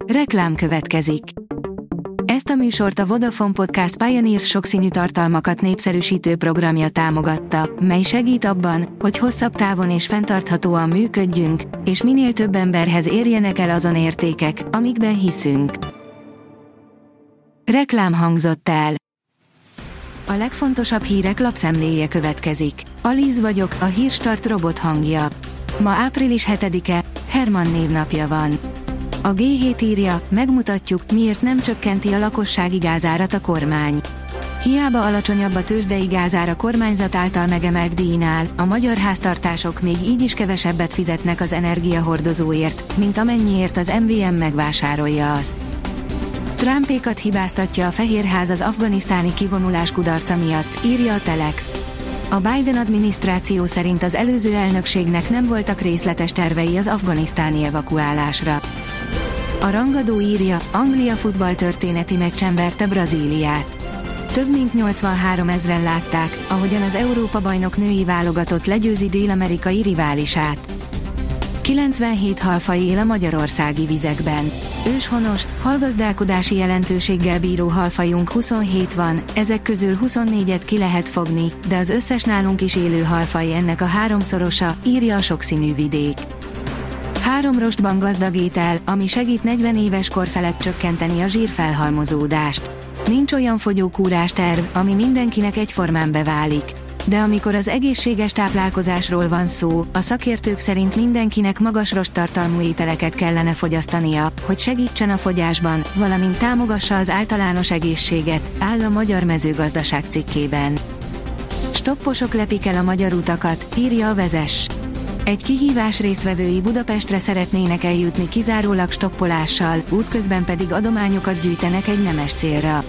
Reklám következik. Ezt a műsort a Vodafone Podcast Pioneers sokszínű tartalmakat népszerűsítő programja támogatta, mely segít abban, hogy hosszabb távon és fenntarthatóan működjünk, és minél több emberhez érjenek el azon értékek, amikben hiszünk. Reklám hangzott el. A legfontosabb hírek lapszemléje következik. Alíz vagyok, a Hírstart robot hangja. Ma április 7-e, Hermann névnapja van. A G7 írja, megmutatjuk, miért nem csökkenti a lakossági gázárat a kormány. Hiába alacsonyabb a tőzsdei gázár a kormányzat által megemelt díjnál, a magyar háztartások még így is kevesebbet fizetnek az energiahordozóért, mint amennyiért az MVM megvásárolja azt. Trumpékat hibáztatja a Fehérház az afganisztáni kivonulás kudarca miatt, írja a Telex. A Biden adminisztráció szerint az előző elnökségnek nem voltak részletes tervei az afganisztáni evakuálásra. A rangadó írja, Anglia futballtörténeti meccsen verte Brazíliát. Több mint 83 000-en látták, ahogyan az Európa-bajnok női válogatott legyőzi dél-amerikai riválisát. 97 halfaj él a magyarországi vizekben. Őshonos, halgazdálkodási jelentőséggel bíró halfajunk 27 van, ezek közül 24-et ki lehet fogni, de az összes nálunk is élő halfaj ennek a háromszorosa, írja a sokszínű vidék. 3 rostban gazdag étel, ami segít 40 éves kor felett csökkenteni a zsírfelhalmozódást. Nincs olyan fogyókúrás terv, ami mindenkinek egyformán beválik. De amikor az egészséges táplálkozásról van szó, a szakértők szerint mindenkinek magas rosttartalmú ételeket kellene fogyasztania, hogy segítsen a fogyásban, valamint támogassa az általános egészséget, áll a Magyar Mezőgazdaság cikkében. Stopposok lepik el a magyar utakat, írja a Vezess. Egy kihívás résztvevői Budapestre szeretnének eljutni kizárólag stoppolással, útközben pedig adományokat gyűjtenek egy nemes célra.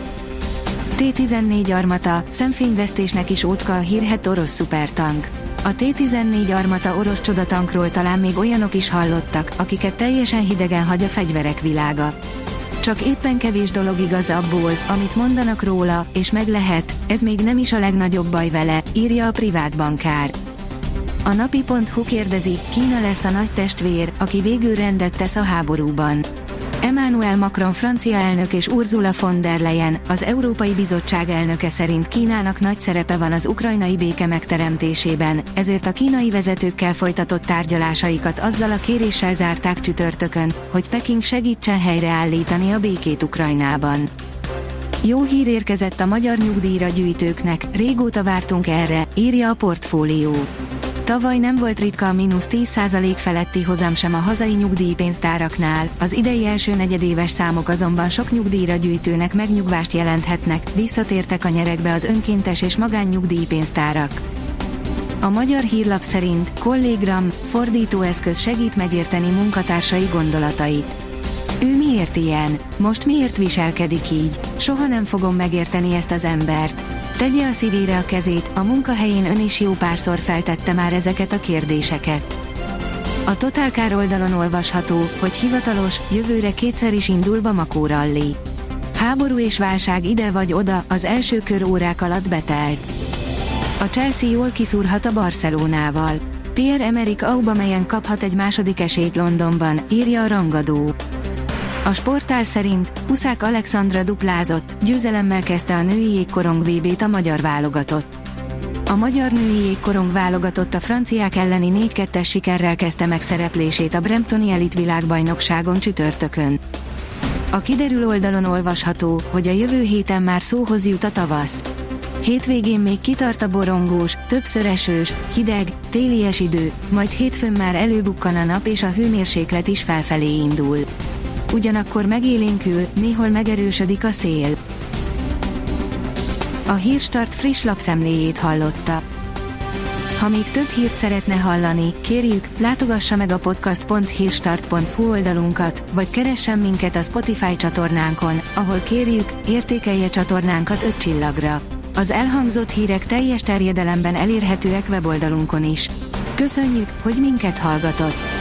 T-14 Armata, szemfényvesztésnek is ótka a hírhedt orosz szupertank. A T-14 Armata orosz csodatankról talán még olyanok is hallottak, akiket teljesen hidegen hagy a fegyverek világa. Csak éppen kevés dolog igaz abból, amit mondanak róla, és meg lehet, ez még nem is a legnagyobb baj vele, írja a privát bankár. A napi.hu kérdezi, Kína lesz a nagy testvér, aki végül rendet tesz a háborúban. Emmanuel Macron francia elnök és Ursula von der Leyen, az Európai Bizottság elnöke szerint Kínának nagy szerepe van az ukrajnai béke megteremtésében, ezért a kínai vezetőkkel folytatott tárgyalásaikat azzal a kéréssel zárták csütörtökön, hogy Peking segítsen helyreállítani a békét Ukrajnában. Jó hír érkezett a magyar nyugdíjra gyűjtőknek, régóta vártunk erre, írja a Portfólió. Tavaly nem volt ritka a -10% feletti hozam sem a hazai nyugdíjpénztáraknál, az idei első negyedéves számok azonban sok nyugdíjra gyűjtőnek megnyugvást jelenthetnek, visszatértek a nyeregbe az önkéntes és magánnyugdíjpénztárak. A Magyar Hírlap szerint Kollégram, fordítóeszköz segít megérteni munkatársai gondolatait. Ő miért ilyen? Most miért viselkedik így? Soha nem fogom megérteni ezt az embert. Tegye a szívére a kezét, a munkahelyén ön is jó párszor feltette már ezeket a kérdéseket. A Total Car oldalon olvasható, hogy hivatalos, jövőre kétszer is indul Bamako rally. Háború és válság ide vagy oda, az első kör órák alatt betelt. A Chelsea jól kiszúrhat a Barcelonával. Pierre-Emerick Aubameyang kaphat egy második esélyt Londonban, írja a rangadó. A sportál szerint Huszák Alexandra duplázott, győzelemmel kezdte a női jégkorong VB-t a magyar válogatott. A magyar női jégkorong válogatott a franciák elleni 4-2-es sikerrel kezdte meg szereplését a Bramptoni Elit világbajnokságon csütörtökön. A Kiderül oldalon olvasható, hogy a jövő héten már szóhoz jut a tavasz. Hétvégén még kitart a borongós, többször esős, hideg, télies idő, majd hétfőn már előbukkan a nap és a hőmérséklet is felfelé indul. Ugyanakkor megélénkül, néhol megerősödik a szél. A Hírstart friss lapszemléjét hallotta. Ha még több hírt szeretne hallani, kérjük, látogassa meg a podcast.hírstart.hu oldalunkat, vagy keressen minket a Spotify csatornánkon, ahol kérjük, értékelje csatornánkat 5 csillagra. Az elhangzott hírek teljes terjedelemben elérhetőek weboldalunkon is. Köszönjük, hogy minket hallgatott!